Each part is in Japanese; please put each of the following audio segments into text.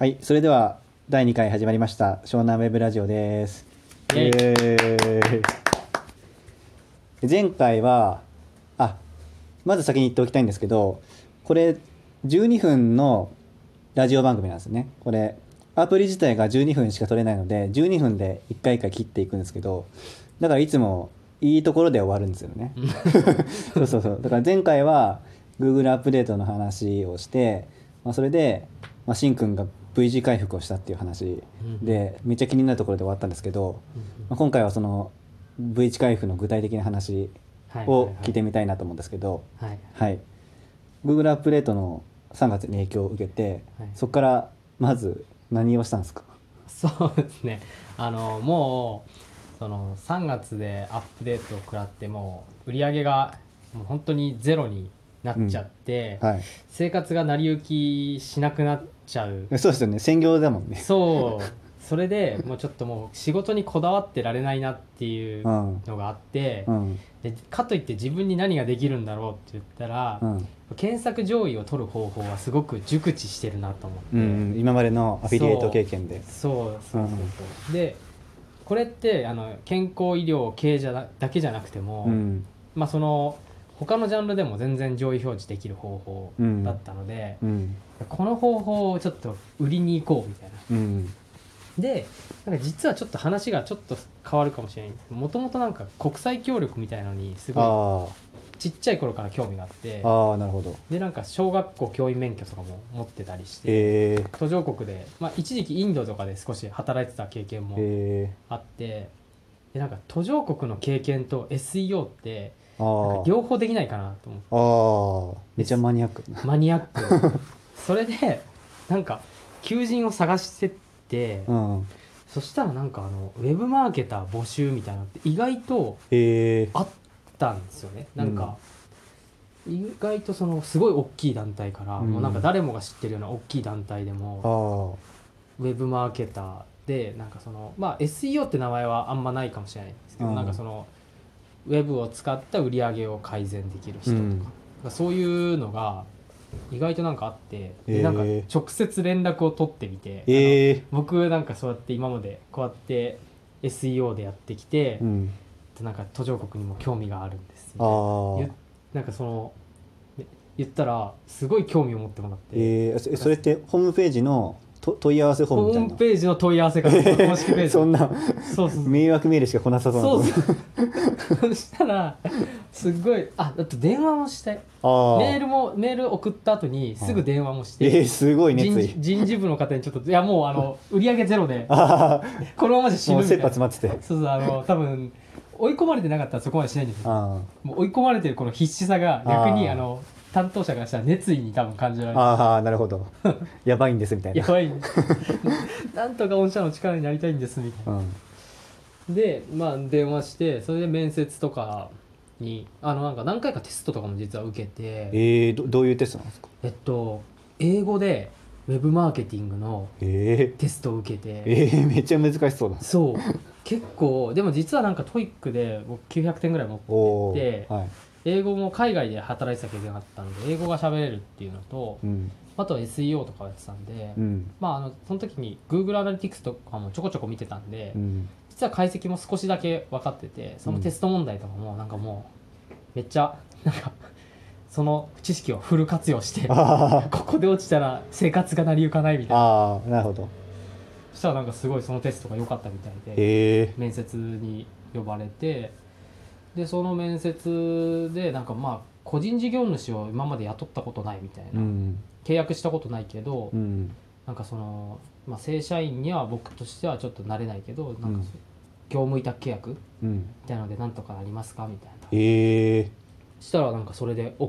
はい、それでは第2回始まりました湘南ウェブラジオです。 イエイ。 前回はまず先に言っておきたいんですけど、これ12分のラジオ番組なんですね。これアプリ自体が12分しか撮れないので12分で1回1回切っていくんですけど、だからいつもいいところで終わるんですよね。そうだから前回は Google アップデートの話をして、それで、しんくんが V 字回復をしたっていう話でめっちゃ気になるところで終わったんですけど、今回はその V 字回復の具体的な話を聞いてみたいなと思うんですけど、はい、Google アップデートの3月に影響を受けて、そこからまず何をしたんですか？ そうですね。もうその3月でアップデートを食らってもう売り上げがもう本当にゼロになっちゃって、生活が成り行きしなくなっちゃう。 そうですよね、専業だもんね。 それでもうちょっともう仕事にこだわってられないなっていうのがあって、でかといって自分に何ができるんだろうって言ったら、検索上位を取る方法はすごく熟知してるなと思って、 今までのアフィリエイト経験で。 でこれって健康医療系だけじゃなくても、その他のジャンルでも全然上位表示できる方法だったので、この方法をちょっと売りに行こうみたいな、でなんか実はちょっと話がちょっと変わるかもしれないんですけど、もともとなんか国際協力みたいなのにすごいちっちゃい頃から興味があって、 なるほど。 でなんか小学校教員免許とかも持ってたりして、途上国で、一時期インドとかで少し働いてた経験もあって、でなんか途上国の経験と SEO ってなんか両方できないかなと思って。 めっちゃマニアック。 それでなんか求人を探してって、そしたらなんかウェブマーケター募集みたいなのって意外とあったんですよね。なんか意外とそのすごい大きい団体から、もうなんか誰もが知ってるような大きい団体でもウェブマーケターでなんかそのSEO って名前はあんまないかもしれないんですけど、なんかそのウェブを使った売り上げを改善できる人とか、そういうのが意外となんかあって、でなんか直接連絡を取ってみて、僕なんかそうやって今までこうやって SEO でやってきて、なんか途上国にも興味があるんですみたいな、なんかその言ったらすごい興味を持ってもらって、 それってホームページの問い合わせフォームみたいな。 ホームページの問い合わせが公式ページそんな迷惑メールしか来なさそうな。 そしたらすごいだって電話もして、メール送った後にすぐ電話もして、 すごい熱意。 人事部の方にちょっといやもう売り上げゼロでこのままじゃ死ぬみたいな。 切羽詰まってて、 多分追い込まれてなかったらそこまでしないんですよ。もう追い込まれてるこの必死さが逆に担当者からしたら熱意に多分感じられる。 なるほど。やばいんですみたいな。 やばいんですなんとか御社の力になりたいんですみたいな、で電話して、それで面接とかになんか何回かテストとかも実は受けて、 どういうテストなんですか？ 英語でウェブマーケティングのテストを受けて、 めっちゃ難しそうだ。 そう結構でも実はなんかトイックで僕900点ぐらい持ってて、英語も海外で働いてた経験があったので英語が喋れるっていうのと、あとは SEO とかやってたんで、その時に Google アナリティクスとかもちょこちょこ見てたんで、実は解析も少しだけ分かってて、そのテスト問題とかもなんかもうめっちゃなんかその知識をフル活用してここで落ちたら生活が成り行かないみたいな。 なるほど。 そしたらなんかすごいそのテストが良かったみたいで、面接に呼ばれて、でその面接でなんか個人事業主を今まで雇ったことないみたいな、契約したことないけど、なんかその、正社員には僕としてはちょっと慣れないけど、なんか業務委託契約みたいなのでなんとかなりますかみたいな、そしたらなんかそれで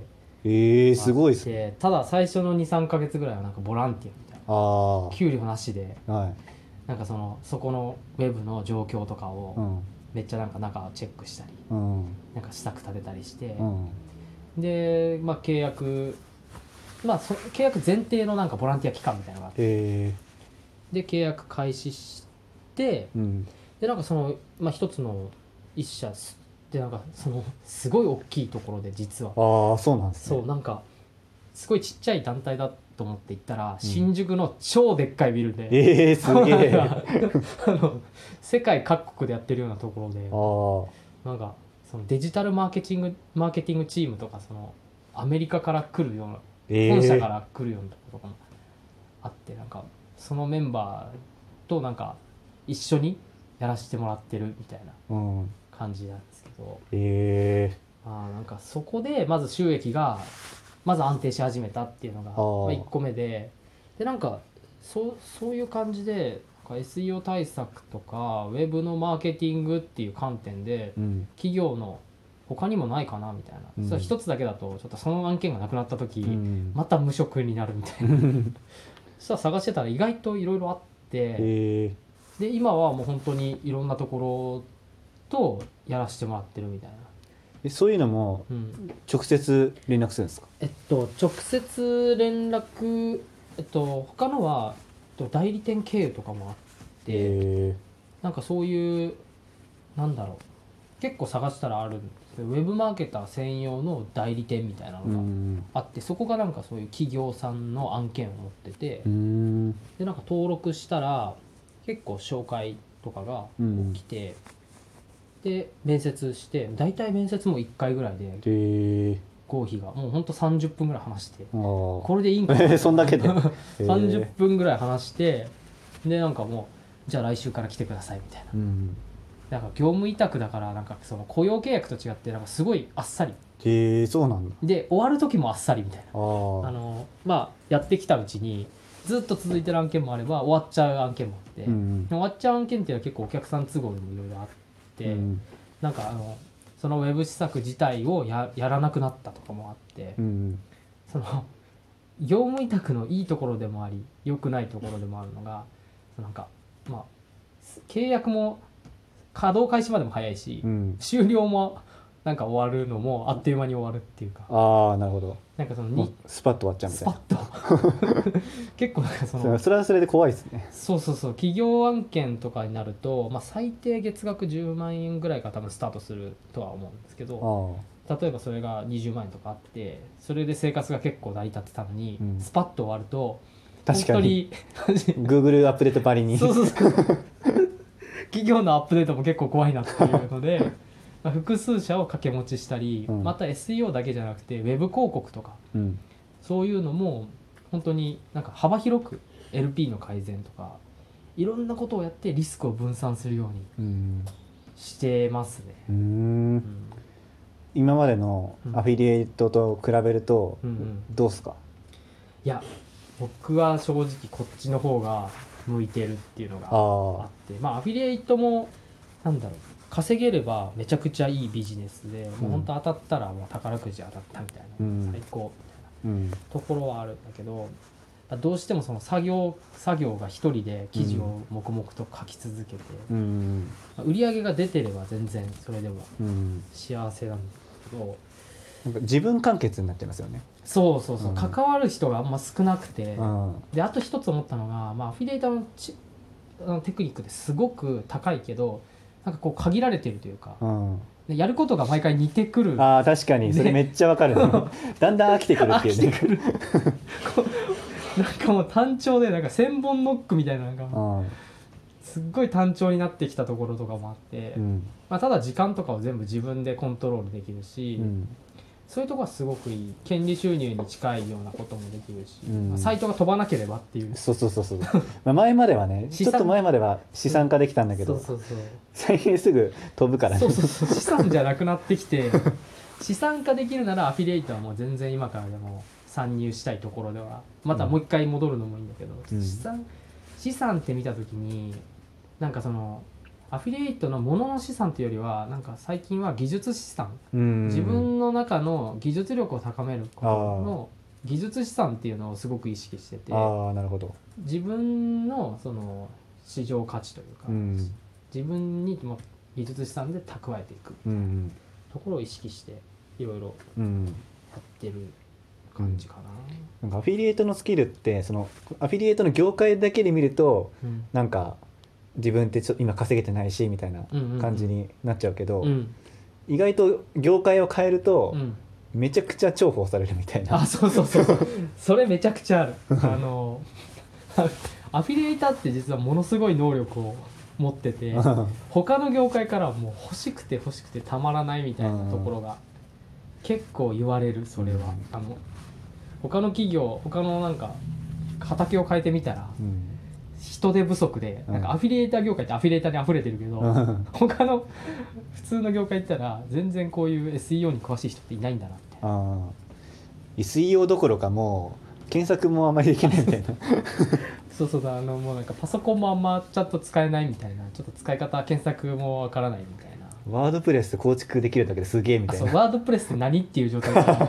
OK、 すごいっす。 ただ最初の 2,3 ヶ月ぐらいはなんかボランティアみたいな、給料なしで、なんかそこのウェブの状況とかをめっちゃなんか中をチェックしたり、なんか施策立てたりして、で契約契約前提のなんかボランティア期間みたいなのがあって、で契約開始して、でなんかその、一つの一社でなんかそのすごい大きいところで実はそうなんですね。 そうなんかすごいちっちゃい団体だっと思って行ったら、新宿の超でっかいビルで、 すげえ世界各国でやってるようなところで、なんかそのデジタルマーケティングチームとか、そのアメリカから来るような、本社から来るようなところとかもあって、なんかそのメンバーとなんか一緒にやらせてもらってるみたいな感じなんですけど、なんかそこでまず収益がまず安定し始めたっていうのが1個目で、なんかそういう感じでSEO 対策とかウェブのマーケティングっていう観点で、企業の他にもないかなみたいな、それ一つだけだとちょっとその案件がなくなった時、また無職になるみたいなそしたら探してたら意外といろいろあって、で今はもう本当にいろんなところとやらせてもらってるみたいな。 そういうのも直接連絡するんですか？ 直接連絡、他のは代理店経由とかもあって、なんかそういうなんだろう、結構探したらあるんですけど、ウェブマーケター専用の代理店みたいなのがあって、そこがなんかそういう企業さんの案件を持ってて、でなんか登録したら結構紹介とかが来て、で面接して、大体面接も1回ぐらいで合否がもうほんと30分ぐらい話して、これでいいんかなそんだけで 30分ぐらい話して、でなんかもうじゃあ来週から来てくださいみたいな、なんか業務委託だから、なんかその雇用契約と違ってなんかすごいあっさりそうなんだ。 で終わる時もあっさりみたいな、やってきたうちにずっと続いてる案件もあれば終わっちゃう案件もあって、終わっちゃう案件っていうのは結構お客さん都合でもいろいろあって、なんかそのウェブ施策自体をやらなくなったとかもあって、その業務委託のいいところでもあり良くないところでもあるのが、なんか契約も稼働開始までも早いし、終了もなんか終わるのもあっという間に終わるっていうか、 なるほど。 なんかそのスパッと終わっちゃうみたいな。 スパッと結構なんかそれはそれで怖いですね。 そう企業案件とかになると、最低月額10万円ぐらいから多分スタートするとは思うんですけど、例えばそれが20万円とかあって、それで生活が結構成り立ってたのに、スパッと終わると確かにGoogle アップデートばりに企業のアップデートも結構怖いなっていうので複数社を掛け持ちしたり、また SEO だけじゃなくてウェブ広告とか、そういうのも本当になんか幅広く LP の改善とかいろんなことをやってリスクを分散するようにしてますね。 今までのアフィリエイトと比べるとどうですか？ いや僕は正直こっちの方が向いてるっていうのがあって、アフィリエイトもなんだろう、稼げればめちゃくちゃいいビジネスで、もう本当当たったらもう宝くじ当たったみたいな、最高みたいなところはあるんだけど、どうしてもその作業が一人で記事を黙々と書き続けて、売り上げが出てれば全然それでも幸せなんだけど、 なんか自分完結になってますよね。 そう、関わる人があんま少なくて、であと一つ思ったのが、アフィリエイターのテクニックってすごく高いけど、なんかこう限られてるというか、でやることが毎回似てくる。 確かにそれめっちゃわかる、だんだん飽きてくるっていうねなんかもう単調でなんか1000本ノックみたいな、なんかすっごい単調になってきたところとかもあって、ただ時間とかを全部自分でコントロールできるし、そういうところはすごくいい。権利収入に近いようなこともできるし、サイトが飛ばなければっていう。 そう前まではね、ちょっと前までは資産化できたんだけど、最近すぐ飛ぶからね。 資産じゃなくなってきて資産化できるならアフィリエイトはもう全然今からでも参入したいところでは、またもう一回戻るのもいいんだけど、資産って見た時になんかそのアフィリエイトの物の資産というよりは、なんか最近は技術資産、自分の中の技術力を高めることの技術資産っていうのをすごく意識してて、 なるほど。 自分のその市場価値というか、自分にも技術資産で蓄えていくところを意識していろいろやってる感じかな。 なんかアフィリエイトのスキルって、そのアフィリエイトの業界だけで見ると、なんか自分って今稼げてないしみたいな感じになっちゃうけど、意外と業界を変えると、 めちゃくちゃ重宝されるみたいな。 あ、そうそうそうそうそれめちゃくちゃあるアフィリエイターって実はものすごい能力を持ってて他の業界からはもう欲しくて欲しくてたまらないみたいなところが結構言われる。それは他の企業、他のなんか畑を変えてみたら、人手不足で、なんかアフィリエイター業界ってアフィリエイターに溢れてるけど、他の普通の業界行ったら全然こういう SEO に詳しい人っていないんだなって。 SEO どころかもう検索もあまりできないみたいなそうそうだ、もうなんかパソコンもあんまちゃんと使えないみたいな、ちょっと使い方検索もわからないみたいな。 ワードプレス構築できるだけですげえみたいな。 そうワードプレスって何っていう状態だ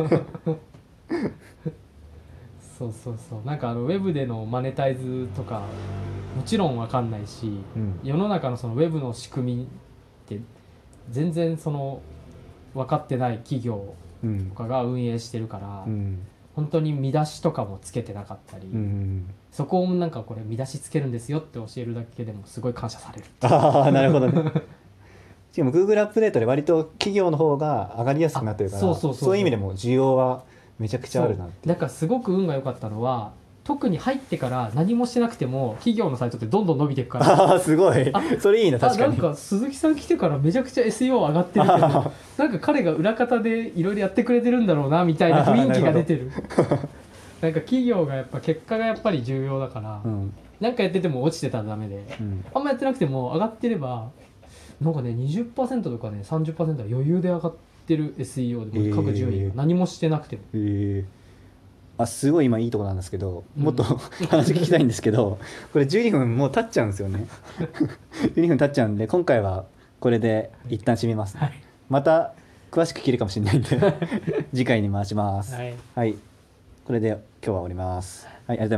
そうそうそう、なんかウェブでのマネタイズとかもちろん分かんないし、世の中のそのウェブの仕組みって全然その分かってない企業とかが運営してるから、本当に見出しとかもつけてなかったり、そこをなんかこれ見出しつけるんですよって教えるだけでもすごい感謝される。 ああ、なるほどねしかも Google アップデートで割と企業の方が上がりやすくなってるから、そういう意味でも需要はめちゃくちゃあるなって。 だからすごく運が良かったのは、特に入ってから何もしてなくても企業のサイトってどんどん伸びていくから。 ああ、すごい。それいいな。確かに。 なんか鈴木さん来てからめちゃくちゃ SEO 上がってるけどなんか彼が裏方でいろいろやってくれてるんだろうなみたいな雰囲気が出てるなんか企業がやっぱ結果がやっぱり重要だから、なんかやってても落ちてたらダメで、あんまやってなくても上がってればなんかね 20% とかね 30% は余裕で上がってる。 SEO でも各順位が何もしてなくても。 すごい今いいとこなんですけど、もっと話聞きたいんですけどこれ12分もう経っちゃうんですよね12分経っちゃうんで今回はこれで一旦締めます、また詳しく聞けるかもしれないんで次回に回します。はい、これで今日は終わります。はい、ありがとうございます。